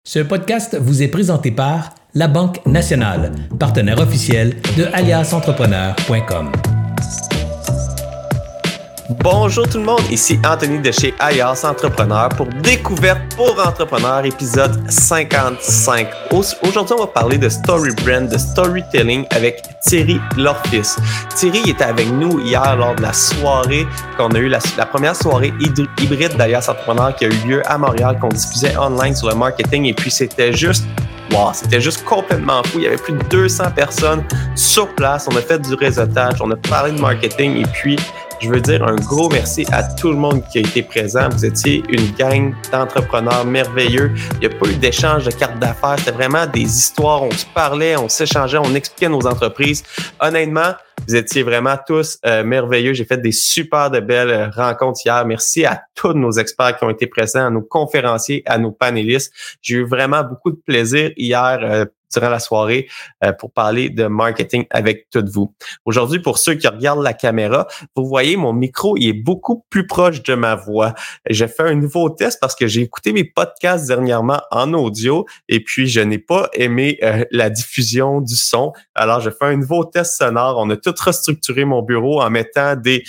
Ce podcast vous est présenté par La Banque Nationale, partenaire officiel de aliasentrepreneur.com. Bonjour tout le monde, ici Anthony de chez Alias Entrepreneur pour Découverte pour Entrepreneurs, épisode 55. Aujourd'hui, on va parler de story brand, de storytelling avec Thierry Lorfis. Thierry était avec nous hier lors de la soirée qu'on a eu, la première soirée hybride d'Alias Entrepreneur qui a eu lieu à Montréal, qu'on diffusait online sur le marketing, et puis c'était juste complètement fou. Il y avait plus de 200 personnes sur place. On a fait du réseautage, on a parlé de marketing, et puis je veux dire un gros merci à tout le monde qui a été présent. Vous étiez une gang d'entrepreneurs merveilleux. Il n'y a pas eu d'échange de cartes d'affaires. C'était vraiment des histoires. On se parlait, on s'échangeait, on expliquait nos entreprises. Honnêtement, vous étiez vraiment tous merveilleux. J'ai fait des super de belles rencontres hier. Merci à tous nos experts qui ont été présents, à nos conférenciers, à nos panélistes. J'ai eu vraiment beaucoup de plaisir hier durant la soirée pour parler de marketing avec toutes vous. Aujourd'hui, pour ceux qui regardent la caméra, vous voyez, mon micro, il est beaucoup plus proche de ma voix. J'ai fait un nouveau test parce que j'ai écouté mes podcasts dernièrement en audio et puis je n'ai pas aimé la diffusion du son. Alors, j'ai fait un nouveau test sonore. On a tout restructuré mon bureau en mettant des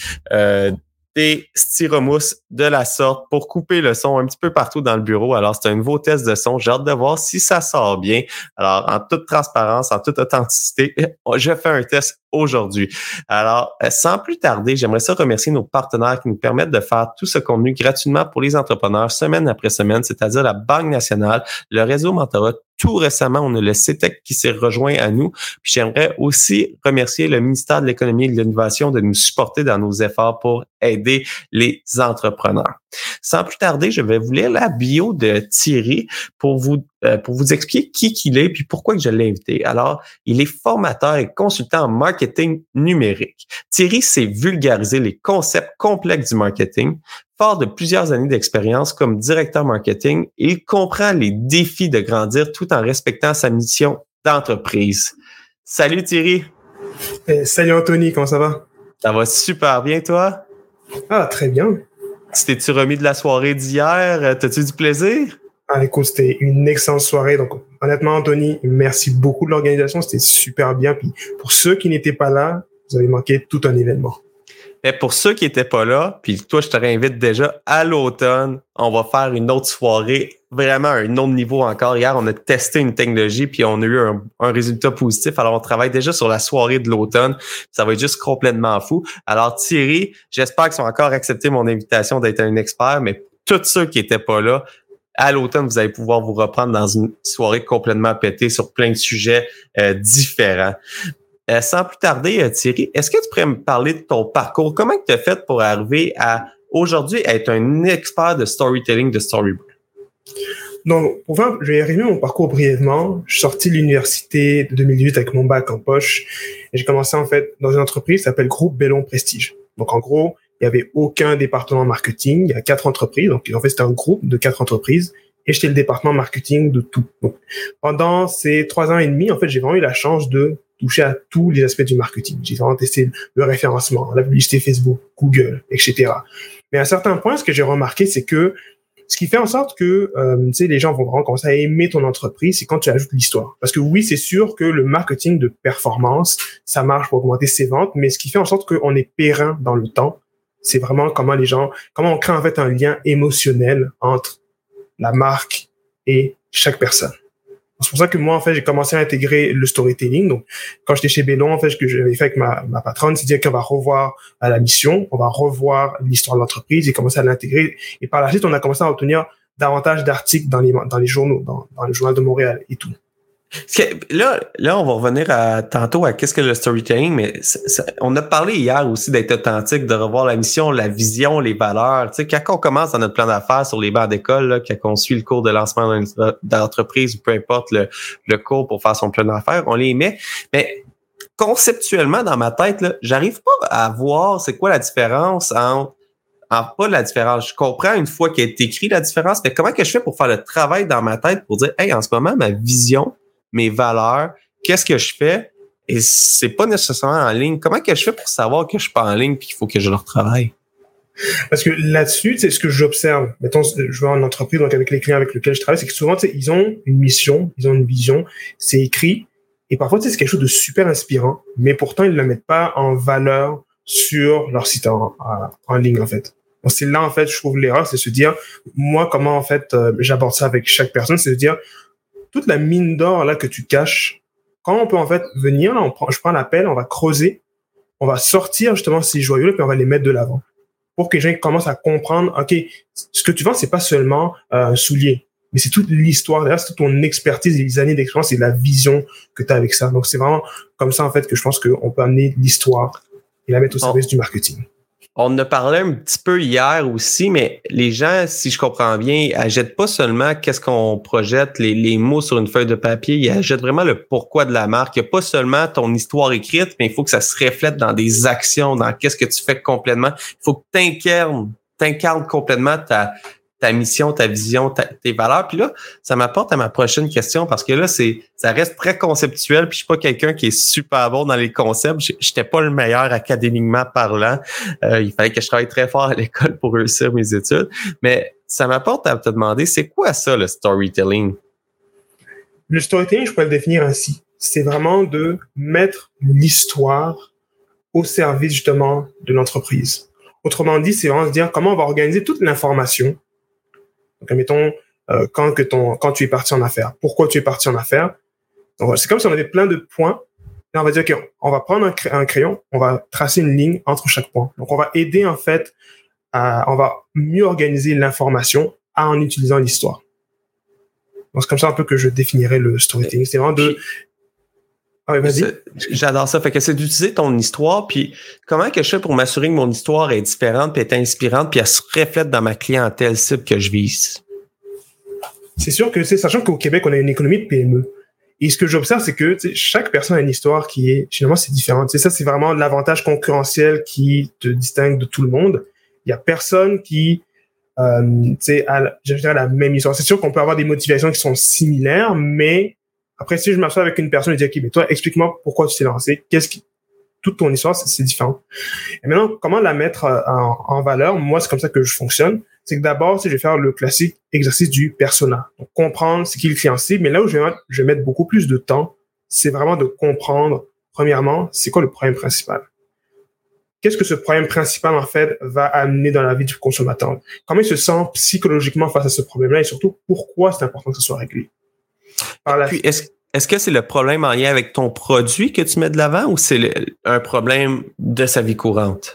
styromousses de la sorte pour couper le son un petit peu partout dans le bureau. Alors, c'est un nouveau test de son. J'ai hâte de voir si ça sort bien. Alors, en toute transparence, en toute authenticité, je fais un test aujourd'hui. Alors, sans plus tarder, j'aimerais ça remercier nos partenaires qui nous permettent de faire tout ce contenu gratuitement pour les entrepreneurs semaine après semaine, c'est-à-dire la Banque Nationale, le réseau Mentorat. Tout récemment, on a le CETEC qui s'est rejoint à nous. Puis j'aimerais aussi remercier le ministère de l'Économie et de l'Innovation de nous supporter dans nos efforts pour aider les entrepreneurs. Sans plus tarder, je vais vous lire la bio de Thierry pour vous expliquer qui il est puis pourquoi que je l'ai invité. Alors, il est formateur et consultant en marketing numérique. Thierry sait vulgariser les concepts complexes du marketing. Fort de plusieurs années d'expérience comme directeur marketing, il comprend les défis de grandir tout en respectant sa mission d'entreprise. Salut Thierry! Salut Anthony, comment ça va? Ça va super bien, toi? Ah, très bien. Tu t'es-tu remis de la soirée d'hier? T'as-tu eu du plaisir? Ah, écoute, c'était une excellente soirée. Donc, honnêtement, Anthony, merci beaucoup de l'organisation. C'était super bien. Puis, pour ceux qui n'étaient pas là, vous avez manqué tout un événement. Mais pour ceux qui n'étaient pas là, puis toi, je te réinvite déjà à l'automne, on va faire une autre soirée, vraiment à un autre niveau encore. Hier, on a testé une technologie, puis on a eu un résultat positif. Alors, on travaille déjà sur la soirée de l'automne. Ça va être juste complètement fou. Alors, Thierry, j'espère qu'ils ont encore accepté mon invitation d'être un expert, mais tous ceux qui n'étaient pas là, à l'automne, vous allez pouvoir vous reprendre dans une soirée complètement pétée sur plein de sujets différents. Sans plus tarder, Thierry, est-ce que tu pourrais me parler de ton parcours? Comment tu as fait pour arriver à aujourd'hui être un expert de storytelling, de storyboard? Donc, pour faire, je vais résumer mon parcours brièvement. Je suis sorti de l'université de 2018 avec mon bac en poche et j'ai commencé en fait dans une entreprise qui s'appelle Groupe Bellon Prestige. Donc, en gros, il n'y avait aucun département marketing. Il y a 4 entreprises. Donc, en fait, c'était un groupe de 4 entreprises et j'étais le département marketing de tout. Donc, pendant ces 3 ans et demi, en fait, j'ai vraiment eu la chance de toucher à tous les aspects du marketing. J'ai vraiment testé le référencement, la publicité Facebook, Google, etc. Mais à un certain point, ce que j'ai remarqué, c'est que ce qui fait en sorte que les gens vont vraiment commencer à aimer ton entreprise, c'est quand tu ajoutes l'histoire. Parce que oui, c'est sûr que le marketing de performance, ça marche pour augmenter ses ventes, mais ce qui fait en sorte qu'on est périn dans le temps, c'est vraiment comment on crée en fait un lien émotionnel entre la marque et chaque personne. C'est pour ça que moi, en fait, j'ai commencé à intégrer le storytelling. Donc, quand j'étais chez Bellon, en fait, ce que j'avais fait avec ma patronne, c'est dire qu'on va revoir la mission, on va revoir l'histoire de l'entreprise et commencer à l'intégrer. Et par la suite, on a commencé à obtenir davantage d'articles dans les journaux, dans le Journal de Montréal et tout. Là, on va revenir tantôt à qu'est-ce que le storytelling, mais on a parlé hier aussi d'être authentique, de revoir la mission, la vision, les valeurs. Tu sais, quand on commence dans notre plan d'affaires sur les bancs d'école, là, quand on suit le cours de lancement d'entreprise ou peu importe le cours pour faire son plan d'affaires, on les met. Mais conceptuellement, dans ma tête, là, j'arrive pas à voir c'est quoi la différence entre pas la différence. Je comprends une fois qu'il est écrit la différence, mais comment que je fais pour faire le travail dans ma tête pour dire, hey, en ce moment, ma vision, mes valeurs, qu'est-ce que je fais? Et c'est pas nécessairement en ligne. Comment que je fais pour savoir que je suis pas en ligne et qu'il faut que je le retravaille? Parce que là-dessus, c'est ce que j'observe. Mettons, je vois en entreprise, donc avec les clients avec lesquels je travaille, c'est que souvent, ils ont une mission, ils ont une vision, c'est écrit, et parfois, c'est quelque chose de super inspirant, mais pourtant, ils ne le mettent pas en valeur sur leur site en ligne, en fait. Donc, c'est là, en fait, je trouve l'erreur, c'est se dire, moi, comment, en fait, j'aborde ça avec chaque personne, c'est de dire, toute la mine d'or, là, que tu caches, quand on peut, en fait, venir, là, je prends l'appel, on va creuser, on va sortir, justement, ces joyaux-là, puis on va les mettre de l'avant. Pour que les gens commencent à comprendre, OK, ce que tu vends, c'est pas seulement un soulier, mais c'est toute l'histoire derrière, c'est toute ton expertise et les années d'expérience et la vision que tu as avec ça. Donc, c'est vraiment comme ça, en fait, que je pense qu'on peut amener l'histoire et la mettre au service du marketing. On en a parlé un petit peu hier aussi, mais les gens, si je comprends bien, ils achètent pas seulement qu'est-ce qu'on projette, les mots sur une feuille de papier, ils achètent vraiment le pourquoi de la marque. Il n'y a pas seulement ton histoire écrite, mais il faut que ça se reflète dans des actions, dans qu'est-ce que tu fais complètement. Il faut que tu incarnes complètement ta mission, ta vision, tes valeurs. Puis là, ça m'apporte à ma prochaine question parce que là, ça reste très conceptuel. Puis je suis pas quelqu'un qui est super bon dans les concepts. J'étais pas le meilleur académiquement parlant. Il fallait que je travaille très fort à l'école pour réussir mes études. Mais ça m'apporte à te demander, c'est quoi ça, le storytelling? Le storytelling, je pourrais le définir ainsi. C'est vraiment de mettre l'histoire au service, justement, de l'entreprise. Autrement dit, c'est vraiment de dire comment on va organiser toute l'information. Donc, admettons, quand tu es parti en affaires, pourquoi tu es parti en affaires. Donc, c'est comme si on avait plein de points. Et on va dire, OK, on va prendre un crayon, on va tracer une ligne entre chaque point. Donc, on va aider, en fait, on va mieux organiser l'information en utilisant l'histoire. Donc, c'est comme ça un peu que je définirais le storytelling. C'est vraiment de... Ah oui, vas-y. J'adore ça. Fait que c'est d'utiliser ton histoire, puis comment que je fais pour m'assurer que mon histoire est différente, puis est inspirante, puis elle se reflète dans ma clientèle cible que je vise? C'est sûr que, sachant qu'au Québec, on a une économie de PME. Et ce que j'observe, c'est que chaque personne a une histoire qui est, finalement, c'est différent. Ça, c'est vraiment l'avantage concurrentiel qui te distingue de tout le monde. Il y a personne qui, a, je dirais, la même histoire. C'est sûr qu'on peut avoir des motivations qui sont similaires, mais après, si je m'assois avec une personne et dis, OK, mais toi, explique-moi pourquoi tu t'es lancé. Toute ton histoire, c'est différent. Et maintenant, comment la mettre en valeur? Moi, c'est comme ça que je fonctionne. C'est que d'abord, je vais faire le classique exercice du persona. Donc, comprendre ce qui est le client cible. Mais là où je vais mettre beaucoup plus de temps, c'est vraiment de comprendre, premièrement, c'est quoi le problème principal? Qu'est-ce que ce problème principal, en fait, va amener dans la vie du consommateur? Comment il se sent psychologiquement face à ce problème-là? Et surtout, pourquoi c'est important que ce soit réglé? Puis, est-ce que c'est le problème en lien avec ton produit que tu mets de l'avant ou c'est un problème de sa vie courante?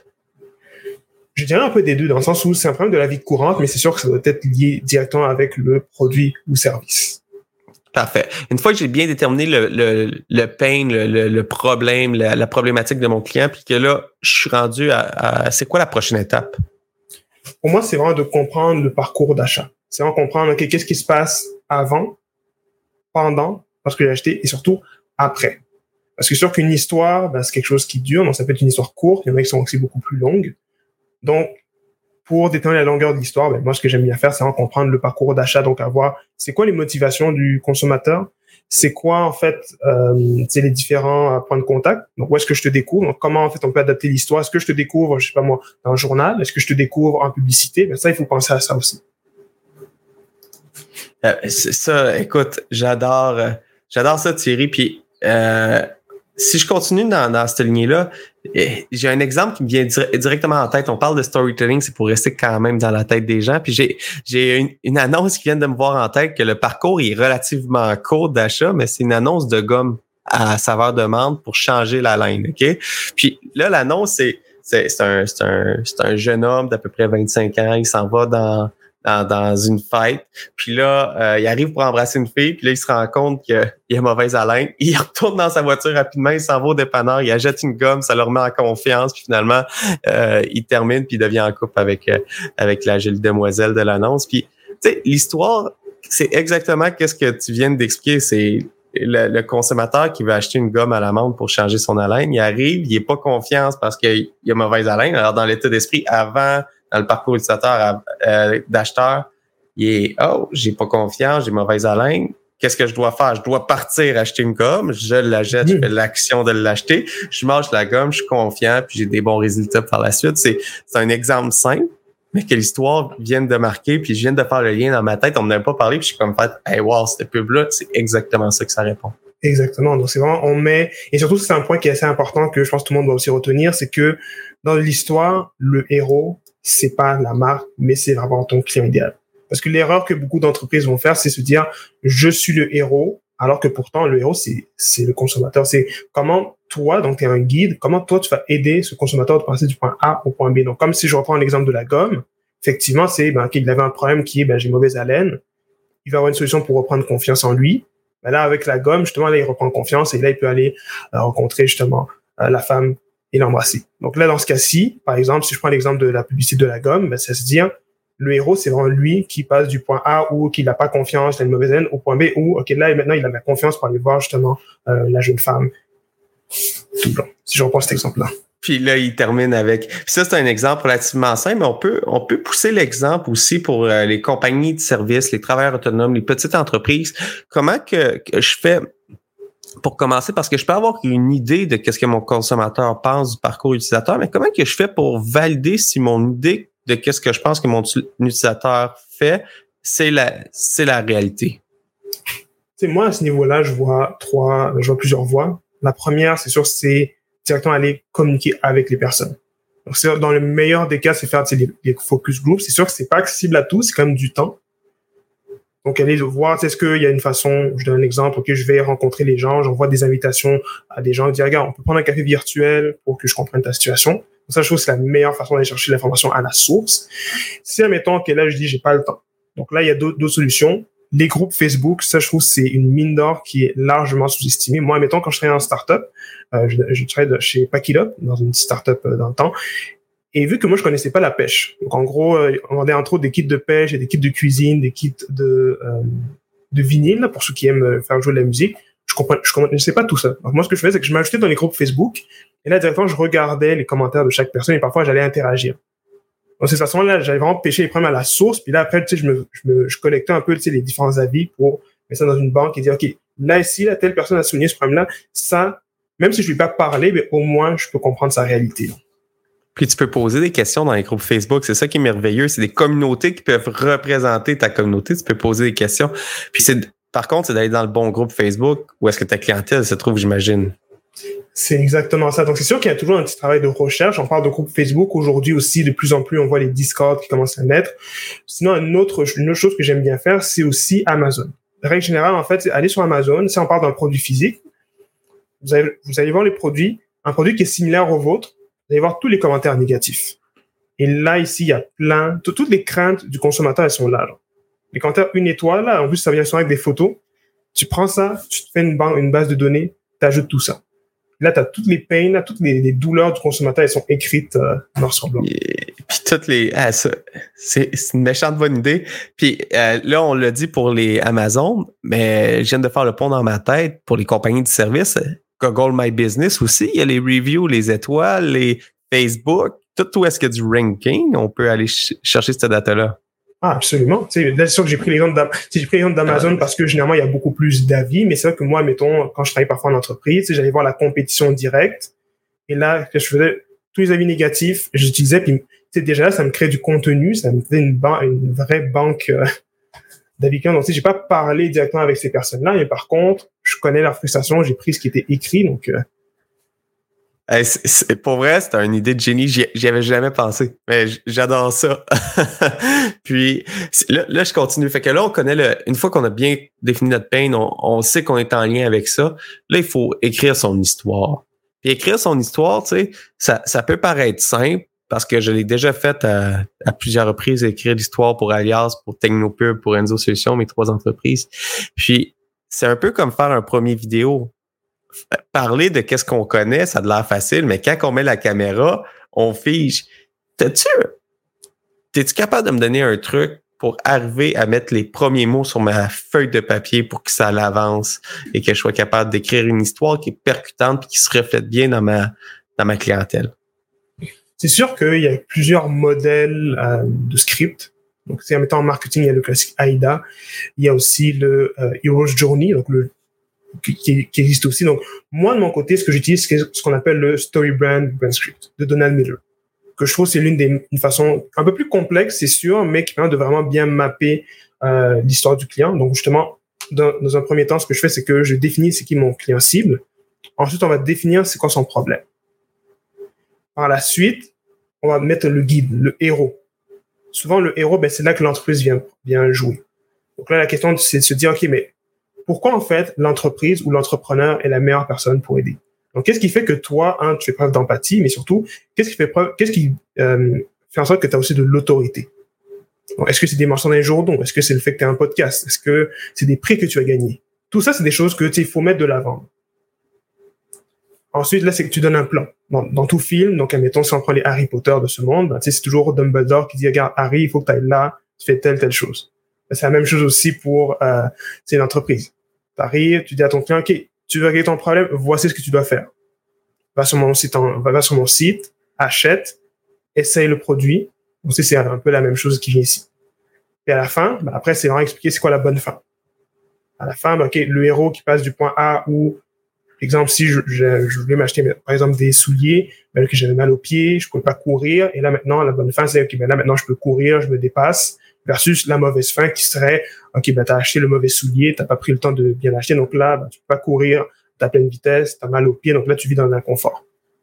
Je dirais un peu des deux, dans le sens où c'est un problème de la vie courante, mais c'est sûr que ça doit être lié directement avec le produit ou service. Parfait. Une fois que j'ai bien déterminé le pain, le problème, la problématique de mon client, puis que là, je suis rendu à c'est quoi la prochaine étape? Pour moi, c'est vraiment de comprendre le parcours d'achat. C'est vraiment comprendre, OK, qu'est-ce qui se passe avant, pendant, lorsque j'ai acheté, et surtout après. Parce que c'est sûr qu'une histoire, c'est quelque chose qui dure, donc ça peut être une histoire courte, il y en a qui sont aussi beaucoup plus longues. Donc, pour déterminer la longueur de l'histoire, moi, ce que j'aime bien faire, c'est vraiment comprendre le parcours d'achat, donc avoir, c'est quoi les motivations du consommateur, c'est quoi, en fait, les différents points de contact, donc où est-ce que je te découvre, donc comment, en fait, on peut adapter l'histoire, est-ce que je te découvre, je sais pas moi, dans un journal, est-ce que je te découvre en publicité, ça, il faut penser à ça aussi. C'est ça, écoute, j'adore ça, Thierry. Puis si je continue dans cette lignée-là, j'ai un exemple qui me vient directement en tête. On parle de storytelling, c'est pour rester quand même dans la tête des gens. Puis j'ai une annonce qui vient de me voir en tête que le parcours est relativement court d'achat, mais c'est une annonce de gomme à saveur de menthe pour changer la laine, OK? Puis là, l'annonce, c'est un jeune homme d'à peu près 25 ans. Il s'en va dans une fête. Puis là, il arrive pour embrasser une fille. Puis là, il se rend compte qu'il a mauvaise haleine. Il retourne dans sa voiture rapidement. Il s'en va au dépanneur. Il achète une gomme. Ça le remet en confiance. Puis finalement, il termine. Puis il devient en couple avec la jolie demoiselle de l'annonce. Puis, tu sais, l'histoire, c'est exactement qu'est-ce que tu viens d'expliquer. C'est le consommateur qui veut acheter une gomme à la menthe pour changer son haleine. Il arrive. Il n'est pas confiance parce qu'il a mauvaise haleine. Alors, dans l'état d'esprit, dans le parcours utilisateur d'acheteur, il est « Oh, j'ai pas confiance, j'ai mauvaise haleine. » qu'est-ce que je dois faire? Je dois partir acheter une gomme, je l'achète, je fais l'action de l'acheter, je mange la gomme, je suis confiant, puis j'ai des bons résultats par la suite. C'est un exemple simple, mais que l'histoire vient de marquer, puis je viens de faire le lien dans ma tête, on n'en a pas parlé, puis je suis comme fait, hey, wow, cette pub-là, c'est exactement ça que ça répond. Exactement. Donc, c'est vraiment, et surtout, c'est un point qui est assez important que je pense que tout le monde doit aussi retenir, c'est que dans l'histoire, le héros, c'est pas la marque, mais c'est vraiment ton client idéal. Parce que l'erreur que beaucoup d'entreprises vont faire, c'est se dire, je suis le héros, alors que pourtant, le héros, c'est le consommateur. C'est comment toi, donc tu es un guide, comment toi, tu vas aider ce consommateur de passer du point A au point B. Donc, comme si je reprends l'exemple de la gomme, effectivement, c'est, il avait un problème qui est, j'ai mauvaise haleine. Il va avoir une solution pour reprendre confiance en lui. Ben là, avec la gomme, justement, là, il reprend confiance et là, il peut aller rencontrer, justement, la femme et l'embrasser. Donc là, dans ce cas-ci, par exemple, si je prends l'exemple de la publicité de la gomme, c'est se dire, le héros, c'est vraiment lui qui passe du point A où qu'il n'a pas confiance, il a une mauvaise haine, au point B où, OK, là, maintenant, il a de la confiance pour aller voir, justement, la jeune femme. Tout blanc. Si je reprends cet exemple-là. Puis là, il termine avec... Puis ça, c'est un exemple relativement simple, mais on peut pousser l'exemple aussi pour les compagnies de services, les travailleurs autonomes, les petites entreprises. Comment que je fais pour commencer? Parce que je peux avoir une idée de qu'est-ce que mon consommateur pense du parcours utilisateur, mais comment que je fais pour valider si mon idée de qu'est-ce que je pense que mon utilisateur fait, c'est la réalité? Tu sais, moi, à ce niveau-là, je vois plusieurs voies. La première, c'est sûr, c'est directement aller communiquer avec les personnes. Donc, c'est, dans le meilleur des cas, c'est faire les focus groups. C'est sûr que c'est pas accessible à tous, c'est quand même du temps. Donc, aller voir, est-ce qu'il y a une façon, je donne un exemple, OK, je vais rencontrer les gens, j'envoie des invitations à des gens, dire, regarde, on peut prendre un café virtuel pour que je comprenne ta situation. Donc, ça, je trouve que c'est la meilleure façon d'aller chercher l'information à la source. Si, admettons, que là, je dis, j'ai pas le temps. Donc là, il y a d'autres solutions. Les groupes Facebook, ça, je trouve, c'est une mine d'or qui est largement sous-estimée. Moi, admettons, quand je travaillais en start-up, je travaillais chez Pack It Up, dans une start-up dans le temps. Et vu que moi, je connaissais pas la pêche. Donc, en gros, on vendait entre autres des kits de pêche et des kits de cuisine, des kits de vinyle, là, pour ceux qui aiment faire jouer de la musique. Je sais pas tout ça. Donc, moi, ce que je faisais, c'est que je m'ajoutais dans les groupes Facebook. Et là, directement, je regardais les commentaires de chaque personne et parfois, j'allais interagir. Donc, de cette façon-là, j'allais vraiment pêcher les problèmes à la source. Puis là, après, tu sais, je collectais un peu, tu sais, les différents avis pour mettre ça dans une banque et dire, OK, là, ici, là, telle personne a souligné ce problème-là. Ça, même si je lui ai pas parlé, mais au moins, je peux comprendre sa réalité. Puis tu peux poser des questions dans les groupes Facebook. C'est ça qui est merveilleux. C'est des communautés qui peuvent représenter ta communauté. Tu peux poser des questions. Puis par contre, c'est d'aller dans le bon groupe Facebook où est-ce que ta clientèle se trouve, j'imagine. C'est exactement ça. Donc, c'est sûr qu'il y a toujours un petit travail de recherche. On parle de groupe Facebook. Aujourd'hui aussi, de plus en plus, on voit les Discord qui commencent à naître. Sinon, une autre chose que j'aime bien faire, c'est aussi Amazon. De règle générale, en fait, c'est aller sur Amazon. Si on parle d'un produit physique, vous allez voir les produits, un produit qui est similaire au vôtre. Vous allez voir tous les commentaires négatifs. Et là, ici, il y a toutes les craintes du consommateur, elles sont là. Genre. Les commentaires 1 étoile, là, en plus, ça vient souvent avec des photos. Tu prends ça, tu te fais une base de données, tu ajoutes tout ça. Là, tu as toutes les peines, là, toutes les douleurs du consommateur, elles sont écrites noir sur blanc. Puis toutes les... ça, c'est une méchante bonne idée. Puis là, on l'a dit pour les Amazon, mais je viens de faire le pont dans ma tête pour les compagnies de services. Google My Business aussi, il y a les reviews, les étoiles, les Facebook, tout où est-ce qu'il y a du ranking, on peut aller chercher cette data-là. Ah, absolument. Tu sais, là, c'est sûr que j'ai pris l'exemple d'Amazon parce que généralement, il y a beaucoup plus d'avis, mais c'est vrai que moi, mettons, quand je travaillais parfois en entreprise, tu sais, j'allais voir la compétition directe, et là, que je faisais tous les avis négatifs, j'utilisais, puis tu sais, déjà là, ça me crée du contenu, ça me fait une vraie banque d'avis clients. Donc, tu sais, j'ai pas parlé directement avec ces personnes-là, mais par contre, je connais leur frustration, j'ai pris ce qui était écrit, donc... Pour vrai, c'était une idée de génie. J'y avais jamais pensé. Mais j'adore ça. Puis là, je continue. Fait que là, on connaît une fois qu'on a bien défini notre pain, on sait qu'on est en lien avec ça. Là, il faut écrire son histoire. Puis écrire son histoire, tu sais, ça peut paraître simple parce que je l'ai déjà fait à plusieurs reprises, écrire l'histoire pour Alias, pour Technopub, pour Enzo Solutions, mes 3 entreprises. Puis c'est un peu comme faire un premier vidéo. Parler de qu'est-ce qu'on connaît, ça a l'air facile, mais quand on met la caméra, on fige. T'es-tu capable de me donner un truc pour arriver à mettre les premiers mots sur ma feuille de papier pour que ça l'avance et que je sois capable d'écrire une histoire qui est percutante et qui se reflète bien dans ma clientèle? C'est sûr qu'il y a plusieurs modèles de script. Donc, c'est en mettant en marketing, il y a le classique AIDA. Il y a aussi le Hero's Journey, donc qui existe aussi. Donc, moi, de mon côté, ce que j'utilise, c'est ce qu'on appelle le Story Brand Script de Donald Miller, que je trouve c'est une façon un peu plus complexe, c'est sûr, mais qui permet de vraiment bien mapper l'histoire du client. Donc, justement, dans un premier temps, ce que je fais, c'est que je définis c'est qui mon client cible. Ensuite, on va définir c'est quoi son problème. Par la suite, on va mettre le guide, le héros. Souvent, le héros, c'est là que l'entreprise vient jouer. Donc là, la question, c'est de se dire, OK, mais pourquoi, en fait, l'entreprise ou l'entrepreneur est la meilleure personne pour aider? Donc, qu'est-ce qui fait que toi, tu fais preuve d'empathie, mais surtout, qu'est-ce qui fait en sorte que tu as aussi de l'autorité? Donc, est-ce que c'est des mentions dans les journaux? Est-ce que c'est le fait que tu as un podcast? Est-ce que c'est des prix que tu as gagnés? Tout ça, c'est des choses que, il faut mettre de l'avant. Ensuite, là, c'est que tu donnes un plan. Dans tout film, donc, admettons, si on prend les Harry Potter de ce monde, c'est toujours Dumbledore qui dit, regarde, Harry, il faut que tu ailles là, tu fais telle chose. C'est la même chose aussi pour l'entreprise. Tu arrives, tu dis à ton client, OK, tu veux régler ton problème, voici ce que tu dois faire. Va sur mon site, achète, essaye le produit. Donc, c'est un peu la même chose qui vient ici. Et à la fin, après, c'est vraiment expliquer c'est quoi la bonne fin. À la fin, OK, le héros qui passe du point A où, par exemple, si je voulais m'acheter, par exemple, des souliers, que j'avais mal aux pieds, je pouvais pas courir, et là, maintenant, la bonne fin, c'est, OK, là, maintenant, je peux courir, je me dépasse, versus la mauvaise fin qui serait, OK, t'as acheté le mauvais soulier, t'as pas pris le temps de bien l'acheter, donc là, tu peux pas courir, t'as pleine vitesse, t'as mal aux pieds, donc là, tu vis dans l'inconfort.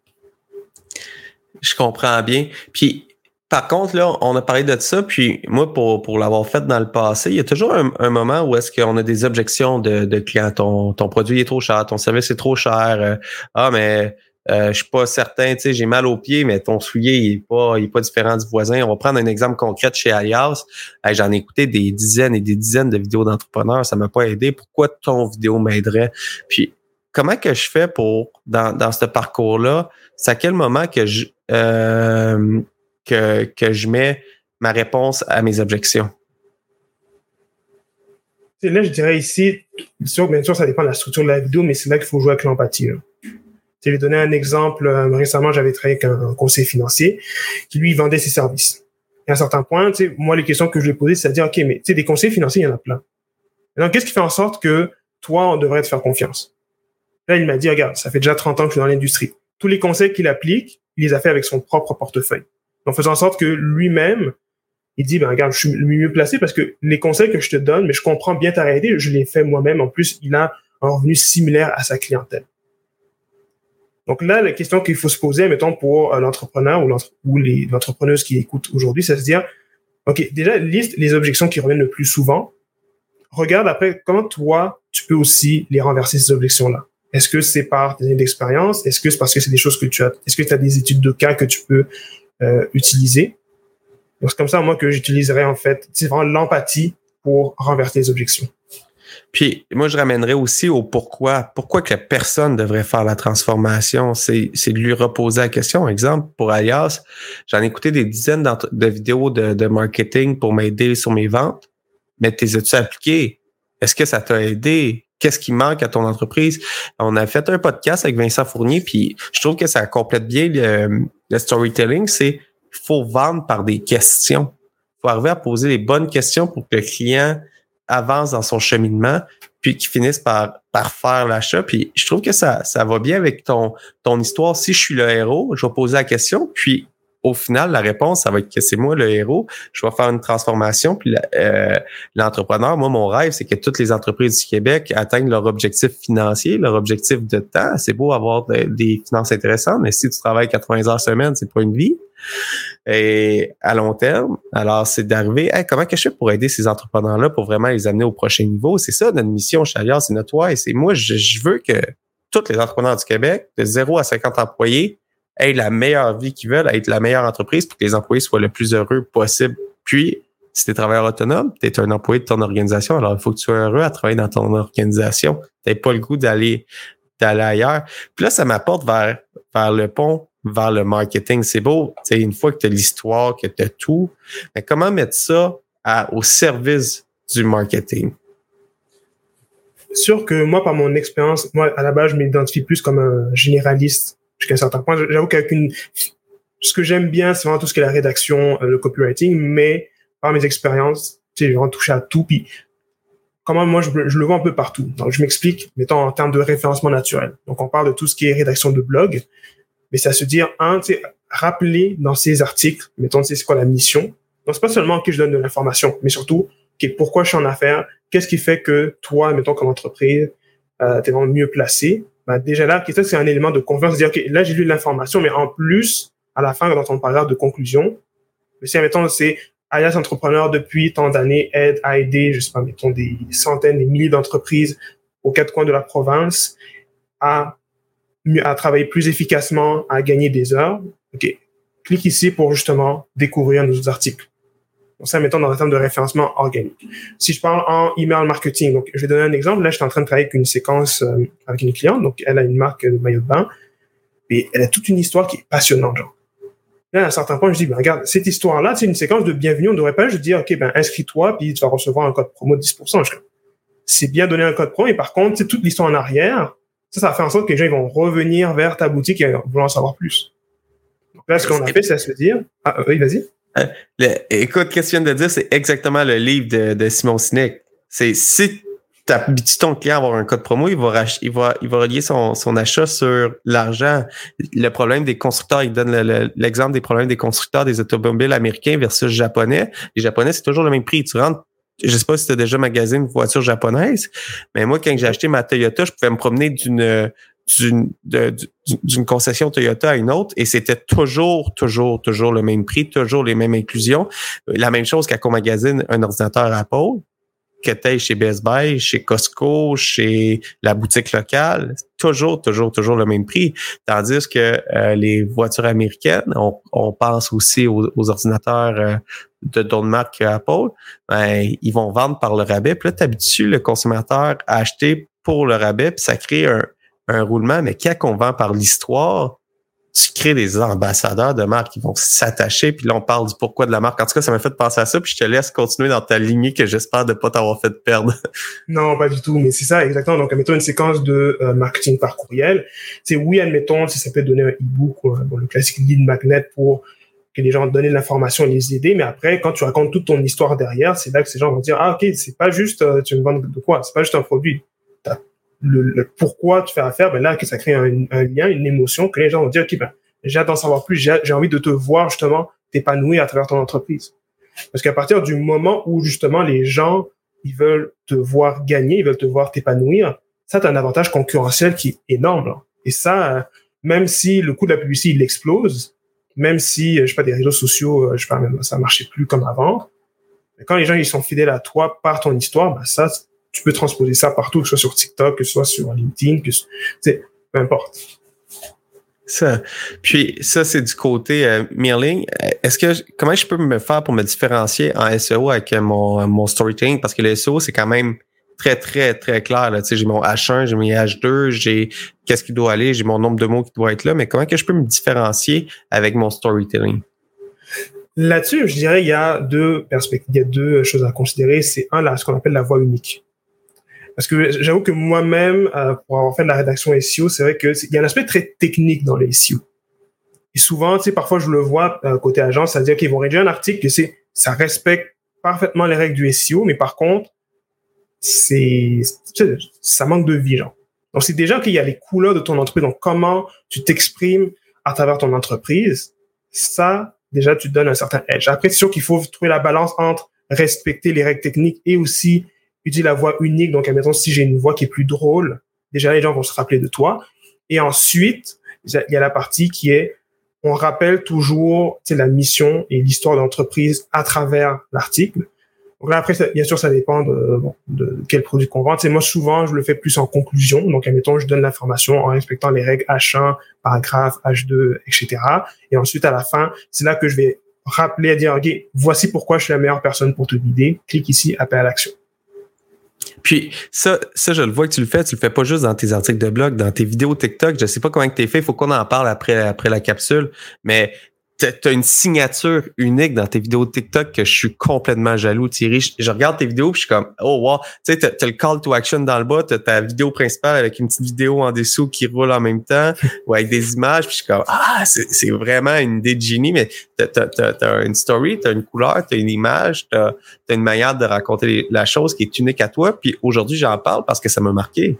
Je comprends bien. Puis, par contre, là, on a parlé de ça, puis moi, pour l'avoir fait dans le passé, il y a toujours un moment où est-ce qu'on a des objections de clients. Ton produit est trop cher, ton service est trop cher. Mais je suis pas certain, tu sais, j'ai mal aux pieds, mais ton soulier, il est pas différent du voisin. On va prendre un exemple concret de chez Alias. J'en ai écouté des dizaines et des dizaines de vidéos d'entrepreneurs, ça m'a pas aidé. Pourquoi ton vidéo m'aiderait? Puis, comment que je fais pour, dans ce parcours-là, c'est à quel moment que je mets ma réponse à mes objections? Là, je dirais ici, bien sûr, ça dépend de la structure de la vidéo, mais c'est là qu'il faut jouer avec l'empathie. Je vais donner un exemple. Récemment, j'avais travaillé avec un conseiller financier qui, lui, vendait ses services. Et à un certain point, moi, les questions que je lui ai posées, c'est à dire, OK, mais des conseillers financiers, il y en a plein. Alors, qu'est-ce qui fait en sorte que toi, on devrait te faire confiance? Là, il m'a dit, regarde, ça fait déjà 30 ans que je suis dans l'industrie. Tous les conseils qu'il applique, il les a fait avec son propre portefeuille. En faisant en sorte que lui-même, il dit, regarde, je suis le mieux placé parce que les conseils que je te donne, mais je comprends bien ta réalité, je les fais moi-même. En plus, il a un revenu similaire à sa clientèle. Donc là, la question qu'il faut se poser, mettons, pour l'entrepreneur ou l'entrepreneuse qui écoute aujourd'hui, c'est de se dire, OK, déjà, liste les objections qui reviennent le plus souvent. Regarde après comment toi, tu peux aussi les renverser, ces objections-là. Est-ce que c'est par tes années d'expérience? Est-ce que c'est parce que c'est des choses que est-ce que tu as des études de cas que tu peux utiliser? Donc, c'est comme ça, moi, que j'utiliserais, en fait, c'est vraiment l'empathie pour renverser les objections. Puis, moi, je ramènerais aussi au pourquoi. Pourquoi que la personne devrait faire la transformation? C'est de lui reposer la question. Exemple, pour Alias, j'en ai écouté des dizaines de vidéos de marketing pour m'aider sur mes ventes. Mais t'es as-tu appliqué? Est-ce que ça t'a aidé? Qu'est-ce qui manque à ton entreprise? On a fait un podcast avec Vincent Fournier, puis je trouve que ça complète bien le storytelling. C'est faut vendre par des questions. Faut arriver à poser les bonnes questions pour que le client avance dans son cheminement, puis qu'il finisse par faire l'achat. Puis je trouve que ça va bien avec ton histoire. Si je suis le héros, je vais poser la question, puis au final, la réponse, ça va être que c'est moi le héros. Je vais faire une transformation. Puis l'entrepreneur, moi, mon rêve, c'est que toutes les entreprises du Québec atteignent leur objectif financier, leur objectif de temps. C'est beau avoir des finances intéressantes, mais si tu travailles 80 heures semaine, c'est pas une vie. Et à long terme, alors c'est d'arriver, comment que je fais pour aider ces entrepreneurs-là pour vraiment les amener au prochain niveau? C'est ça notre mission chez Alias, c'est notre why. C'est moi, je veux que tous les entrepreneurs du Québec, de 0 à 50 employés, aient la meilleure vie qu'ils veulent, être la meilleure entreprise pour que les employés soient le plus heureux possible. Puis, si tu es travailleur autonome, tu es un employé de ton organisation, alors il faut que tu sois heureux à travailler dans ton organisation. Tu n'as pas le goût d'aller ailleurs. Puis là, ça m'apporte vers le pont, vers le marketing. C'est beau, tu sais, une fois que tu as l'histoire, que tu as tout, mais comment mettre ça au service du marketing? C'est sûr que moi, par mon expérience, moi, à la base, je m'identifie plus comme un généraliste jusqu'à un certain point. J'avoue qu'avec ce que j'aime bien, c'est vraiment tout ce qui est la rédaction, le copywriting, mais par mes expériences, tu sais, j'ai vraiment touché à tout. Puis comment moi, je le vois un peu partout. Donc, je m'explique, mettons, en termes de référencement naturel. Donc, on parle de tout ce qui est rédaction de blog, mais c'est à se dire, tu sais, rappeler dans ces articles, mettons, tu sais, c'est quoi la mission. Donc, c'est pas seulement que je donne de l'information, mais surtout, pourquoi je suis en affaires, qu'est-ce qui fait que toi, mettons, comme entreprise, t'es vraiment mieux placé. Ben, déjà là, ça, c'est un élément de confiance, de dire, OK, là, j'ai lu l'information, mais en plus, à la fin, dans ton paragraphe de conclusion, si, mettons, c'est Alias Entrepreneur depuis tant d'années aide à aider, je sais pas, mettons, des centaines, des milliers d'entreprises aux quatre coins de la province à travailler plus efficacement, à gagner des heures. OK. Clique ici pour justement découvrir nos articles. Donc ça, mettons, dans le terme de référencement organique. Si je parle en email marketing, donc je vais donner un exemple. Là, je suis en train de travailler avec une séquence avec une cliente. Donc, elle a une marque de maillot de bain et elle a toute une histoire qui est passionnante, genre. Là, à un certain point, je dis, ben, regarde, cette histoire-là, c'est une séquence de bienvenue. On ne devrait pas juste dire, OK, ben, inscris-toi, puis tu vas recevoir un code promo de 10%. C'est bien donner un code promo, mais par contre, c'est toute l'histoire en arrière. Ça fait en sorte que les gens, ils vont revenir vers ta boutique et vouloir en savoir plus. Donc là, ce qu'on a fait, c'est à se dire, oui, vas-y. Écoute, qu'est-ce que tu viens de dire, c'est exactement le livre de Simon Sinek. C'est si tu habitues ton client à avoir un code promo, il va relier son achat sur l'argent. Le problème des constructeurs, il donne l'exemple des problèmes des constructeurs des automobiles américains versus japonais. Les japonais, c'est toujours le même prix. Tu rentres, je sais pas si tu as déjà magasiné une voiture japonaise, mais moi, quand j'ai acheté ma Toyota, je pouvais me promener d'une concession Toyota à une autre et c'était toujours le même prix, toujours les mêmes inclusions. La même chose quand on magasine un ordinateur Apple, que t'ailles chez Best Buy, chez Costco, chez la boutique locale, toujours le même prix. Tandis que les voitures américaines, on pense aussi aux ordinateurs d'autres marques que Apple, ben, ils vont vendre par le rabais. Puis là, t'habitues le consommateur à acheter pour le rabais, puis ça crée un roulement. Mais quand on vend par l'histoire, tu crées des ambassadeurs de marque qui vont s'attacher, puis là, on parle du pourquoi de la marque. En tout cas, ça m'a fait penser à ça, puis je te laisse continuer dans ta lignée que j'espère de pas t'avoir fait perdre. Non, pas du tout, mais c'est ça, exactement. Donc, admettons une séquence de marketing par courriel. C'est oui, admettons, si ça peut donner un e-book ou le classique lead magnet pour que les gens donnent de l'information et les aider, mais après, quand tu racontes toute ton histoire derrière, c'est là que ces gens vont dire, ah, OK, c'est pas juste, tu me vends de quoi? C'est pas juste un produit. Le pourquoi tu fais affaire, ben là, que ça crée un lien, une émotion, que les gens vont dire, OK, ben, j'ai hâte d'en savoir plus, j'ai envie de te voir, justement, t'épanouir à travers ton entreprise. Parce qu'à partir du moment où, justement, les gens, ils veulent te voir gagner, ils veulent te voir t'épanouir, ça, t'as un avantage concurrentiel qui est énorme, là. Et ça, même si le coût de la publicité, il explose, même si, je sais pas, des réseaux sociaux, je sais pas, même, ça marchait plus comme avant, mais quand les gens, ils sont fidèles à toi par ton histoire, ben ça, tu peux transposer ça partout, que ce soit sur TikTok, que ce soit sur LinkedIn, peu importe. Ça. Puis ça, c'est du côté mailing. Comment je peux me faire pour me différencier en SEO avec mon storytelling? Parce que le SEO, c'est quand même très, très, très clair. Là. Tu sais, j'ai mon H1, j'ai mes H2, j'ai qu'est-ce qui doit aller, j'ai mon nombre de mots qui doit être là. Mais comment que je peux me différencier avec mon storytelling? Là-dessus, je dirais, il y a deux perspectives, il y a deux choses à considérer. C'est ce qu'on appelle la voix unique. Parce que j'avoue que moi-même, pour avoir fait de la rédaction SEO, c'est vrai que il y a un aspect très technique dans les SEO. Et souvent, tu sais, parfois je le vois côté agence, c'est-à-dire qu'ils vont rédiger un article que ça respecte parfaitement les règles du SEO, mais par contre, ça manque de vie, genre. Donc c'est déjà qu'il y a les couleurs de ton entreprise, donc comment tu t'exprimes à travers ton entreprise, ça, déjà, tu te donnes un certain edge. Après, c'est sûr qu'il faut trouver la balance entre respecter les règles techniques et aussi utiliser la voix unique. Donc, admettons, si j'ai une voix qui est plus drôle, déjà, les gens vont se rappeler de toi. Et ensuite, il y a la partie qui est, on rappelle toujours, la mission et l'histoire de l'entreprise à travers l'article. Donc là, après, bien sûr, ça dépend de quel produit qu'on vend. Moi, souvent, je le fais plus en conclusion. Donc, admettons, je donne l'information en respectant les règles H1, paragraphe, H2, etc. Et ensuite, à la fin, c'est là que je vais rappeler à dire, OK, voici pourquoi je suis la meilleure personne pour te guider. Clique ici, appel à l'action. Puis ça, je le vois que tu le fais pas juste dans tes articles de blog, dans tes vidéos TikTok, je sais pas comment que t'es fait, il faut qu'on en parle après la capsule, mais t'as une signature unique dans tes vidéos de TikTok que je suis complètement jaloux, Thierry. Je regarde tes vidéos puis je suis comme, oh wow, tu sais, t'as le call to action dans le bas, t'as ta vidéo principale avec une petite vidéo en dessous qui roule en même temps, ou avec des images, puis je suis comme, c'est vraiment une idée de génie, mais t'as une story, t'as une couleur, t'as une image, t'as une manière de raconter la chose qui est unique à toi, puis aujourd'hui, j'en parle parce que ça m'a marqué.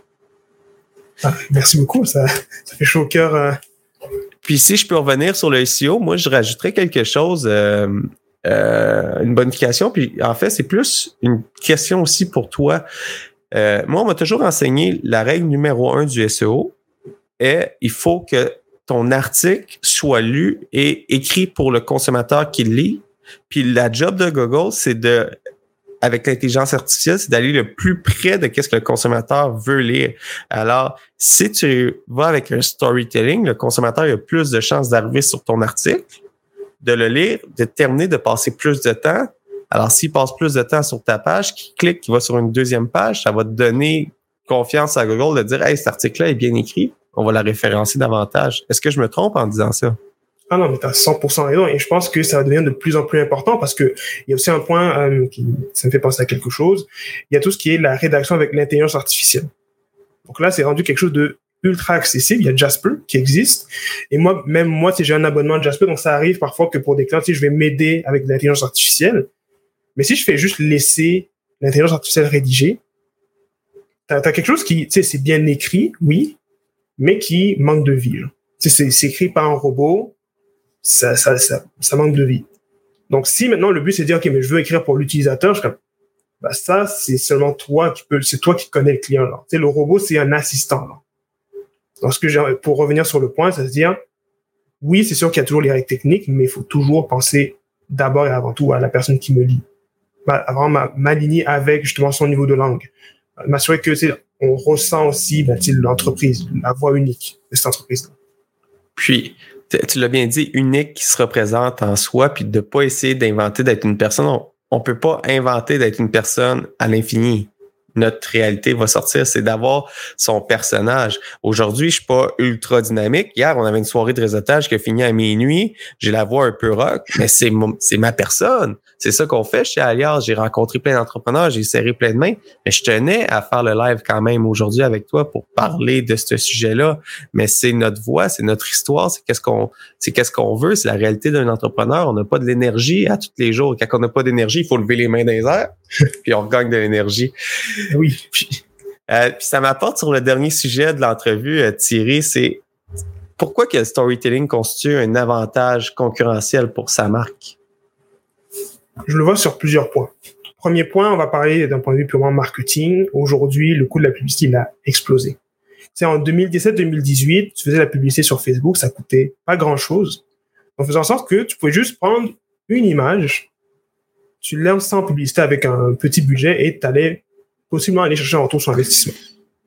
Merci beaucoup, ça fait chaud au cœur. Puis si je peux revenir sur le SEO, moi, je rajouterais quelque chose, une bonification. Puis en fait, c'est plus une question aussi pour toi. Moi, on m'a toujours enseigné la règle numéro 1 du SEO est il faut que ton article soit lu et écrit pour le consommateur qui le lit. Puis la job de Google, c'est avec l'intelligence artificielle, c'est d'aller le plus près de ce que le consommateur veut lire. Alors, si tu vas avec un storytelling, le consommateur a plus de chances d'arriver sur ton article, de le lire, de terminer, de passer plus de temps. Alors, s'il passe plus de temps sur ta page, qu'il clique, qu'il va sur une deuxième page, ça va te donner confiance à Google de dire « Hey, cet article-là est bien écrit, on va la référencer davantage. » Est-ce que je me trompe en disant ça? Ah non, mais t'as 100% raison. Et je pense que ça va devenir de plus en plus important parce que il y a aussi un point qui ça me fait penser à quelque chose. Il y a tout ce qui est la rédaction avec l'intelligence artificielle. Donc là, c'est rendu quelque chose de ultra accessible. Il y a Jasper qui existe. Et moi, j'ai un abonnement de Jasper, donc ça arrive parfois que pour des clients, je vais m'aider avec l'intelligence artificielle. Mais si je fais juste laisser l'intelligence artificielle rédiger, t'as quelque chose qui, c'est bien écrit, oui, mais qui manque de vie. C'est écrit par un robot. Ça manque de vie. Donc, si maintenant le but c'est de dire, OK, mais je veux écrire pour l'utilisateur, je suis comme, ça, c'est seulement toi c'est toi qui connais le client, là. Tu sais, le robot, c'est un assistant, là. Donc, pour revenir sur le point, ça se dire, oui, c'est sûr qu'il y a toujours les règles techniques, mais il faut toujours penser d'abord et avant tout à la personne qui me lit. Avant m'aligner avec, justement, son niveau de langue. M'assurer que, on ressent aussi, l'entreprise, la voix unique de cette entreprise-là. Puis, tu l'as bien dit, unique qui se représente en soi, puis de pas essayer d'inventer d'être une personne. On peut pas inventer d'être une personne à l'infini. Notre réalité va sortir, c'est d'avoir son personnage. Aujourd'hui, je suis pas ultra dynamique. Hier, on avait une soirée de réseautage qui a fini à minuit. J'ai la voix un peu rock, mais c'est ma personne. C'est ça qu'on fait chez Alias. J'ai rencontré plein d'entrepreneurs, j'ai serré plein de mains, mais je tenais à faire le live quand même aujourd'hui avec toi pour parler de ce sujet-là. Mais c'est notre voix, c'est notre histoire, c'est qu'est-ce qu'on veut, c'est la réalité d'un entrepreneur. On n'a pas de l'énergie à tous les jours. Quand on n'a pas d'énergie, il faut lever les mains dans les airs, puis on gagne de l'énergie. Oui. Puis ça m'apporte sur le dernier sujet de l'entrevue, Thierry, c'est pourquoi que le storytelling constitue un avantage concurrentiel pour sa marque? Je le vois sur plusieurs points. Premier point, on va parler d'un point de vue purement marketing. Aujourd'hui, le coût de la publicité, il a explosé. C'est en 2017-2018, tu faisais la publicité sur Facebook, ça coûtait pas grand-chose. En faisant en sorte que tu pouvais juste prendre une image, tu lances ça en publicité avec un petit budget et tu allais possiblement aller chercher un retour sur investissement.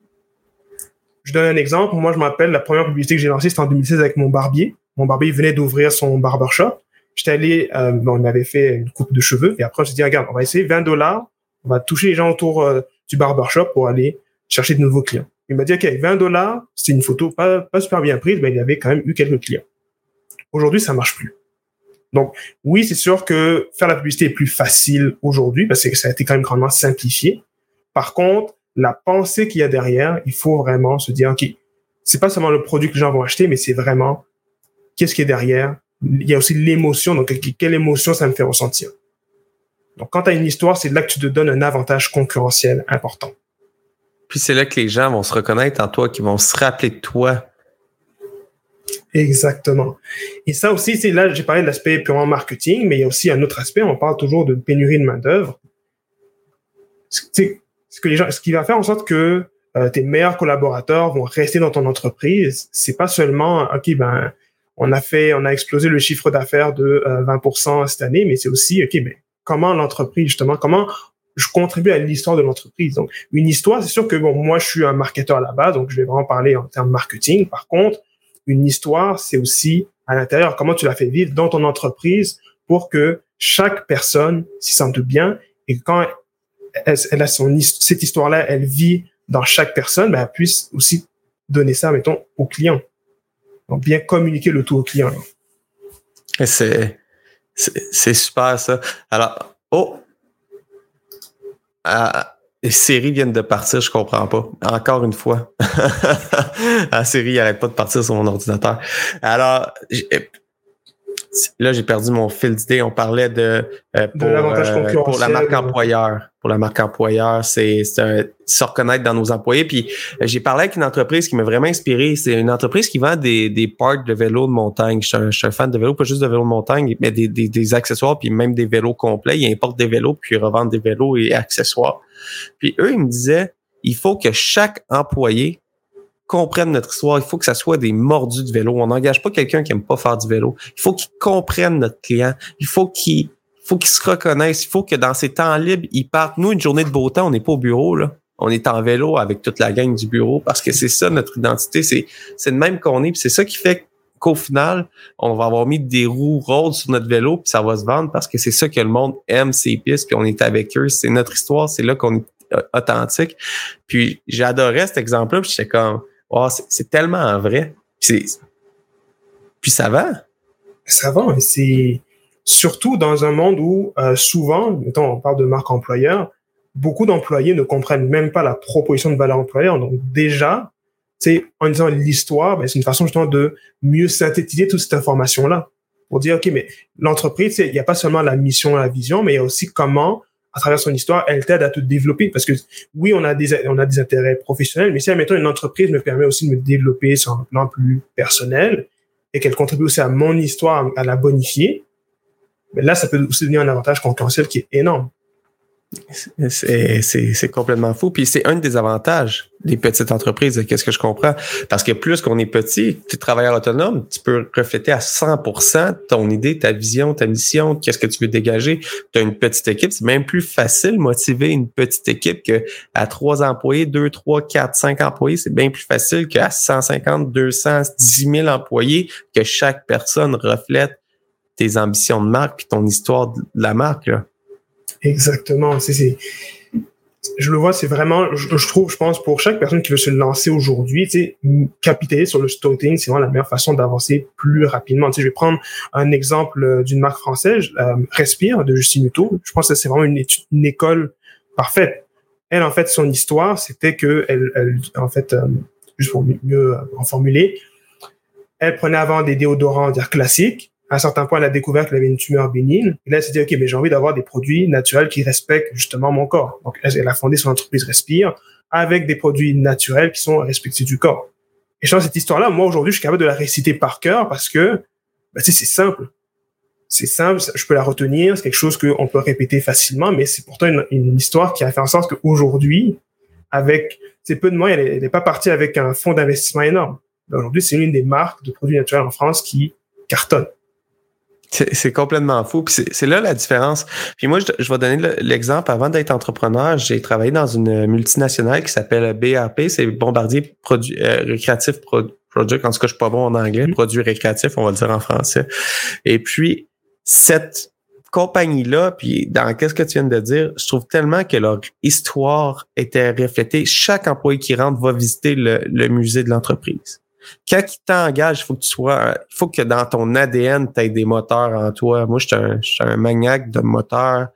Je donne un exemple. Moi, je m'appelle, la première publicité que j'ai lancée, c'était en 2016 avec mon barbier. Mon barbier venait d'ouvrir son barbershop. J'étais allé, on avait fait une coupe de cheveux et après, on s'est dit, regarde, on va essayer $20. On va toucher les gens autour du barbershop pour aller chercher de nouveaux clients. Il m'a dit, OK, $20, c'était une photo pas super bien prise, mais il y avait quand même eu quelques clients. Aujourd'hui, ça marche plus. Donc, oui, c'est sûr que faire la publicité est plus facile aujourd'hui parce que ça a été quand même grandement simplifié. Par contre, la pensée qu'il y a derrière, il faut vraiment se dire, OK, c'est pas seulement le produit que les gens vont acheter, mais c'est vraiment qu'est-ce qui est derrière. Il y a aussi l'émotion. Donc, quelle émotion ça me fait ressentir? Donc, quand tu as une histoire, c'est là que tu te donnes un avantage concurrentiel important. Puis c'est là que les gens vont se reconnaître en toi, qui vont se rappeler de toi. Exactement. Et ça aussi, c'est là, j'ai parlé de l'aspect purement marketing, mais il y a aussi un autre aspect. On parle toujours de pénurie de main-d'œuvre. Ce qui va faire en sorte que tes meilleurs collaborateurs vont rester dans ton entreprise, c'est pas seulement, OK, on a explosé le chiffre d'affaires de 20% cette année, mais c'est aussi, OK, comment l'entreprise, justement, comment je contribue à l'histoire de l'entreprise. Donc, une histoire, c'est sûr que, moi, je suis un marketeur à la base, donc je vais vraiment parler en termes marketing. Par contre, une histoire, c'est aussi à l'intérieur, comment tu la fais vivre dans ton entreprise pour que chaque personne s'y sente bien et quand elle a cette histoire-là, elle vit dans chaque personne, elle puisse aussi donner ça, mettons, au client. Donc, bien communiquer le tout au client. Là. C'est super, ça. Alors, les séries viennent de partir, je comprends pas. Encore une fois. La série, elle arrête pas de partir sur mon ordinateur. Alors, là, j'ai perdu mon fil d'idée. On parlait de l'avantage concurrentiel. Pour la marque employeur. Pour la marque employeur, c'est se reconnaître dans nos employés. Puis j'ai parlé avec une entreprise qui m'a vraiment inspiré. C'est une entreprise qui vend des parts de vélos de montagne. Je suis un fan de vélos, pas juste de vélos de montagne, mais des accessoires, puis même des vélos complets. Ils importent des vélos, puis ils revendent des vélos et accessoires. Puis eux, ils me disaient, il faut que chaque employé comprenne notre histoire. Il faut que ça soit des mordus de vélo. On n'engage pas quelqu'un qui aime pas faire du vélo. Il faut qu'il comprenne notre client. Il faut qu'il se reconnaisse. Il faut que dans ses temps libres, il parte. Nous, une journée de beau temps, on n'est pas au bureau, là. On est en vélo avec toute la gang du bureau parce que c'est ça notre identité. C'est le même qu'on est. Puis c'est ça qui fait qu'au final, on va avoir mis des roues roses sur notre vélo puis ça va se vendre parce que c'est ça que le monde aime, ces pistes, puis on est avec eux. C'est notre histoire. C'est là qu'on est authentique. Puis j'adorais cet exemple-là. Puis j'étais comme, oh, c'est tellement vrai. Puis ça va. Ça va. C'est surtout dans un monde où souvent, mettons, on parle de marque employeur, beaucoup d'employés ne comprennent même pas la proposition de valeur employeur. Donc déjà, en disant l'histoire, c'est une façon justement de mieux synthétiser toute cette information-là. Pour dire, OK, mais l'entreprise, il n'y a pas seulement la mission, la vision, mais il y a aussi comment, à travers son histoire, elle t'aide à te développer. Parce que oui, on a des intérêts professionnels, mais si, admettons, une entreprise me permet aussi de me développer sur un plan plus personnel et qu'elle contribue aussi à mon histoire, à la bonifier, mais là, ça peut aussi devenir un avantage concurrentiel qui est énorme. C'est complètement fou. Puis c'est un des avantages des petites entreprises, qu'est-ce que je comprends. Parce que plus qu'on est petit, tu es travailleur autonome, tu peux refléter à 100% ton idée, ta vision, ta mission, qu'est-ce que tu veux dégager. Tu as une petite équipe, c'est même plus facile de motiver une petite équipe qu'à 3 employés, 2, 3, 4, 5 employés. C'est bien plus facile qu'à 150, 200, 10 000 employés que chaque personne reflète tes ambitions de marque puis ton histoire de la marque, là. Exactement. Je le vois, c'est vraiment, je pense, pour chaque personne qui veut se lancer aujourd'hui, capitaliser sur le storytelling, c'est vraiment la meilleure façon d'avancer plus rapidement. Je vais prendre un exemple d'une marque française, Respire, de Justine Hutto. Je pense que c'est vraiment une école parfaite. Elle, en fait, son histoire, c'était que elle en fait, juste pour mieux en formuler, elle prenait avant des déodorants, dire classiques. À un certain point, elle a découvert qu'elle avait une tumeur bénigne. Et là, elle s'est dit, OK, mais j'ai envie d'avoir des produits naturels qui respectent justement mon corps. Donc, elle a fondé son entreprise Respire avec des produits naturels qui sont respectueux du corps. Et je pense que cette histoire-là, moi, aujourd'hui, je suis capable de la réciter par cœur parce que, c'est simple. C'est simple, je peux la retenir, c'est quelque chose qu'on peut répéter facilement, mais c'est pourtant une histoire qui a fait en sorte qu'aujourd'hui, avec peu de moyens, elle n'est pas partie avec un fonds d'investissement énorme. Aujourd'hui, c'est l'une des marques de produits naturels en France qui cartonne. C'est complètement fou. Puis c'est là la différence. Puis moi, je vais donner l'exemple. Avant d'être entrepreneur, j'ai travaillé dans une multinationale qui s'appelle BRP. C'est Bombardier Récréatif Project. En tout cas, je suis pas bon en anglais. Produits récréatifs, on va le dire en français. Et puis, cette compagnie-là, puis dans qu'est-ce que tu viens de dire, je trouve tellement que leur histoire était reflétée. Chaque employé qui rentre va visiter le musée de l'entreprise. Quand il t'engage, il faut que dans ton ADN, tu aies des moteurs en toi. Moi, je suis un maniaque de moteurs.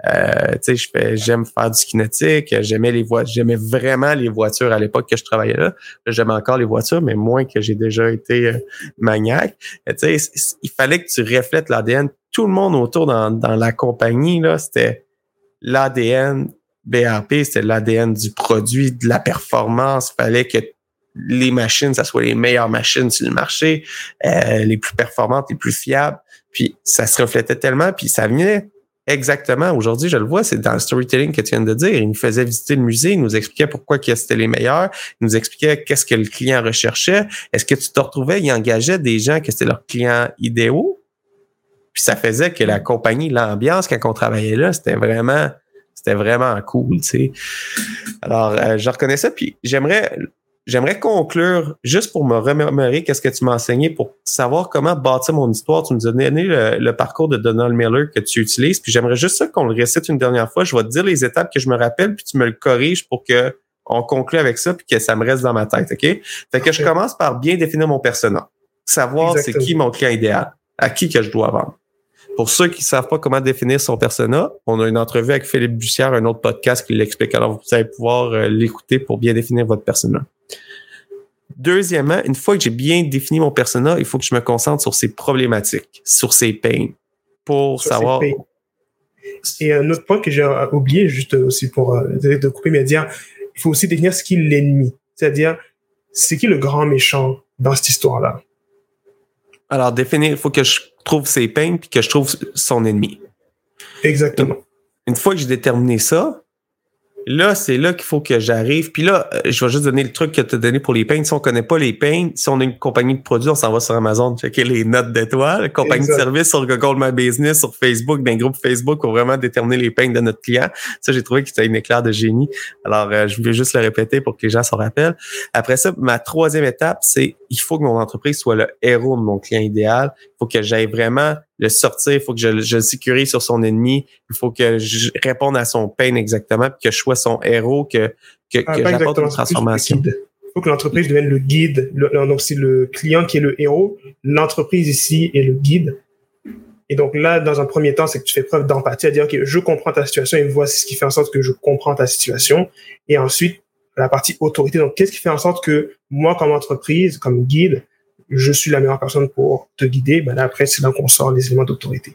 J'aime faire du kinétique. J'aimais vraiment les voitures à l'époque que je travaillais là. J'aimais encore les voitures, mais moins que j'ai déjà été maniaque. Il fallait que tu reflètes l'ADN. Tout le monde autour dans la compagnie, là, c'était l'ADN BRP, c'était l'ADN du produit, de la performance. Il fallait que les machines, ça soit les meilleures machines sur le marché, les plus performantes, les plus fiables. Puis ça se reflétait tellement, puis ça venait exactement. Aujourd'hui, je le vois, c'est dans le storytelling que tu viens de dire. Il nous faisait visiter le musée, il nous expliquait pourquoi c'était les meilleurs, il nous expliquait qu'est-ce que le client recherchait. Est-ce que tu te retrouvais, il engageait des gens que c'était leurs clients idéaux? Puis ça faisait que la compagnie, l'ambiance, quand on travaillait là, c'était vraiment cool, tu sais. Alors, je reconnais ça, puis J'aimerais conclure, juste pour me remémorer qu'est-ce que tu m'as enseigné pour savoir comment bâtir mon histoire. Tu nous as donné le parcours de Donald Miller que tu utilises, puis j'aimerais juste ça qu'on le récite une dernière fois. Je vais te dire les étapes que je me rappelle, puis tu me le corriges pour que on conclue avec ça, puis que ça me reste dans ma tête, OK? Fait que je commence par bien définir mon persona. Savoir c'est qui mon client idéal. à qui que je dois vendre. Pour ceux qui ne savent pas comment définir son persona, on a une entrevue avec Philippe Bussière, un autre podcast qui l'explique. Alors, vous allez pouvoir l'écouter pour bien définir votre persona. Deuxièmement, une fois que j'ai bien défini mon persona, il faut que je me concentre sur ses problématiques, sur ses pains, pour savoir... Et un autre point que j'ai oublié, juste aussi pour de couper mes dire, il faut aussi définir ce qui est l'ennemi. C'est-à-dire, c'est qui le grand méchant dans cette histoire-là? Alors, définir, il faut que je trouve ses peines puis que je trouve son ennemi. Exactement. Une fois que j'ai déterminé ça, là, c'est là qu'il faut que j'arrive. Puis là, je vais juste donner le truc que tu as donné pour les peines. Si on connaît pas les peines, si on a une compagnie de produits, on s'en va sur Amazon checker les notes d'étoiles. Compagnie de service sur Google My Business, sur Facebook, d'un groupe Facebook pour vraiment déterminer les peines de notre client. Ça, j'ai trouvé que c'était une éclair de génie. Alors, je voulais juste le répéter pour que les gens s'en rappellent. Après ça, ma troisième étape, c'est il faut que mon entreprise soit le héros de mon client idéal. Il faut que j'aille vraiment le sortir, il faut que je le sécurise sur son ennemi, il faut que je réponde à son pain exactement, puis que je sois son héros, que j'apporte une transformation. Il faut que l'entreprise devienne le guide, donc c'est le client qui est le héros, l'entreprise ici est le guide. Et donc là, dans un premier temps, c'est que tu fais preuve d'empathie, à dire que je comprends ta situation et voici ce qui fait en sorte que je comprends ta situation. Et ensuite, la partie autorité, donc qu'est-ce qui fait en sorte que moi, comme entreprise, comme guide, je suis la meilleure personne pour te guider. Ben là, après, c'est là qu'on sort les éléments d'autorité.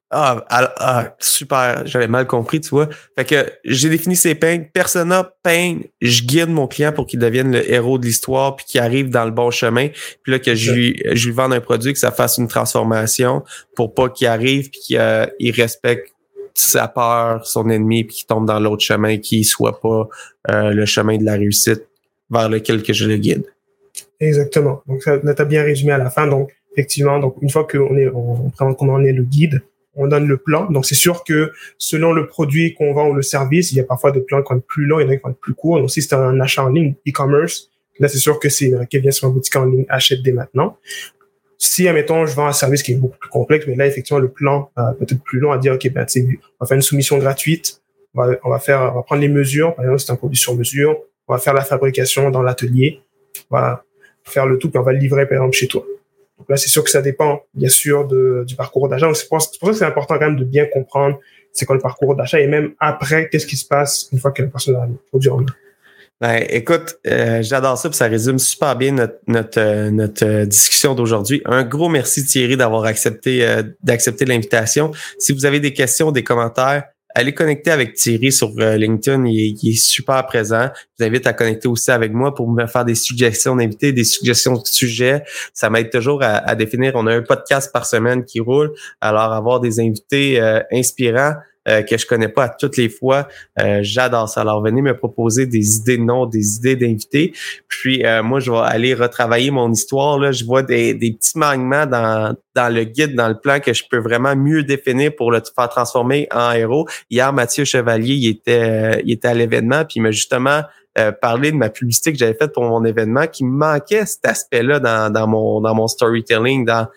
Super. J'avais mal compris, tu vois. Fait que j'ai défini ses peines. Persona, pain, je guide mon client pour qu'il devienne le héros de l'histoire puis qu'il arrive dans le bon chemin. Puis là, que je lui vende un produit, que ça fasse une transformation pour pas qu'il arrive puis qu'il respecte sa peur, son ennemi puis qu'il tombe dans l'autre chemin, qu'il soit pas le chemin de la réussite vers lequel que je le guide. Exactement. Donc, ça, t'as bien résumé à la fin. Donc, effectivement, donc, une fois on présente comment on est le guide, on donne le plan. Donc, c'est sûr que selon le produit qu'on vend ou le service, il y a parfois des plans qui vont être plus longs, il y en a qui vont être plus courts. Donc, si c'est un achat en ligne, e-commerce, là, c'est sûr que c'est quelqu'un vient sur ma boutique en ligne, achète dès maintenant. Si, admettons, je vends un service qui est beaucoup plus complexe, mais là, effectivement, le plan peut-être plus long à dire, OK, ben, on va faire une soumission gratuite, on va prendre les mesures. Par exemple, c'est un produit sur mesure. On va faire la fabrication dans l'atelier. On va faire le tout, puis on va le livrer, par exemple, chez toi. Donc là, c'est sûr que ça dépend, bien sûr, du parcours d'achat. Donc, c'est pour ça que c'est important quand même de bien comprendre c'est quoi le parcours d'achat et même après, qu'est-ce qui se passe une fois que la personne a le produit en main. Ben, écoute, j'adore ça, puis ça résume super bien notre discussion d'aujourd'hui. Un gros merci Thierry d'avoir accepté l'invitation. Si vous avez des questions, des commentaires, allez connecter avec Thierry sur LinkedIn, il est super présent. Je vous invite à connecter aussi avec moi pour me faire des suggestions d'invités, des suggestions de sujets. Ça m'aide toujours à définir. On a un podcast par semaine qui roule, alors avoir des invités inspirants que je connais pas à toutes les fois, j'adore ça. Alors venez me proposer des idées de noms, des idées d'invités. Puis moi je vais aller retravailler mon histoire là. Je vois des petits manquements dans le guide, dans le plan que je peux vraiment mieux définir pour le faire transformer en héros. Hier Mathieu Chevalier, il était à l'événement puis il m'a justement parler de ma publicité que j'avais faite pour mon événement qui me manquait cet aspect-là dans mon storytelling, dans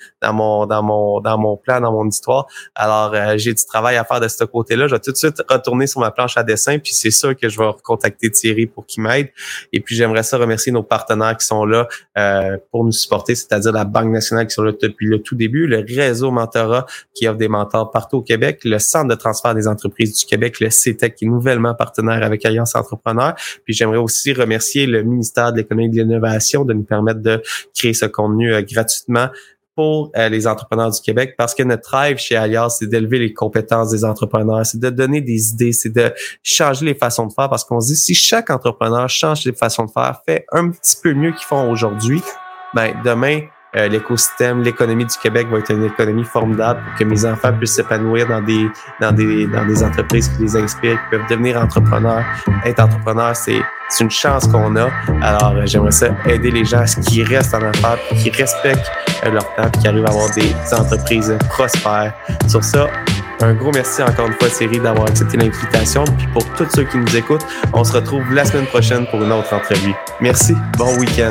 mon plan, dans mon histoire. Alors j'ai du travail à faire de ce côté-là. Je vais tout de suite retourner sur ma planche à dessin, puis c'est sûr que je vais contacter Thierry pour qu'il m'aide. Et puis j'aimerais ça remercier nos partenaires qui sont là pour nous supporter, c'est-à-dire la Banque nationale qui sont là depuis le tout début, le réseau Mentorat qui offre des mentors partout au Québec, le Centre de transfert des entreprises du Québec, le CETEC qui est nouvellement partenaire avec Alliance Entrepreneur. Puis j'aimerais aussi remercier le ministère de l'Économie et de l'Innovation de nous permettre de créer ce contenu gratuitement pour les entrepreneurs du Québec, parce que notre rêve chez Alias, c'est d'élever les compétences des entrepreneurs, c'est de donner des idées, c'est de changer les façons de faire, parce qu'on se dit, si chaque entrepreneur change les façons de faire, fait un petit peu mieux qu'ils font aujourd'hui, ben demain, l'écosystème, l'économie du Québec va être une économie formidable pour que mes enfants puissent s'épanouir dans des entreprises qui les inspirent, qui peuvent devenir entrepreneurs. Être entrepreneur, c'est une chance qu'on a. Alors, j'aimerais ça aider les gens à ce qu'ils restent en affaires, qui respectent leur temps, puis qui arrivent à avoir des entreprises prospères. Sur ça, un gros merci encore une fois, Thierry, d'avoir accepté l'invitation. Puis pour tous ceux qui nous écoutent, on se retrouve la semaine prochaine pour une autre entrevue. Merci. Bon week-end.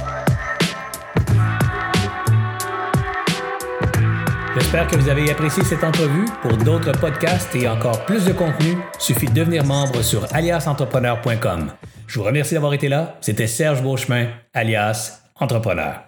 J'espère que vous avez apprécié cette entrevue. Pour d'autres podcasts et encore plus de contenu, suffit de devenir membre sur aliasentrepreneur.com. Je vous remercie d'avoir été là. C'était Serge Beauchemin, alias Entrepreneur.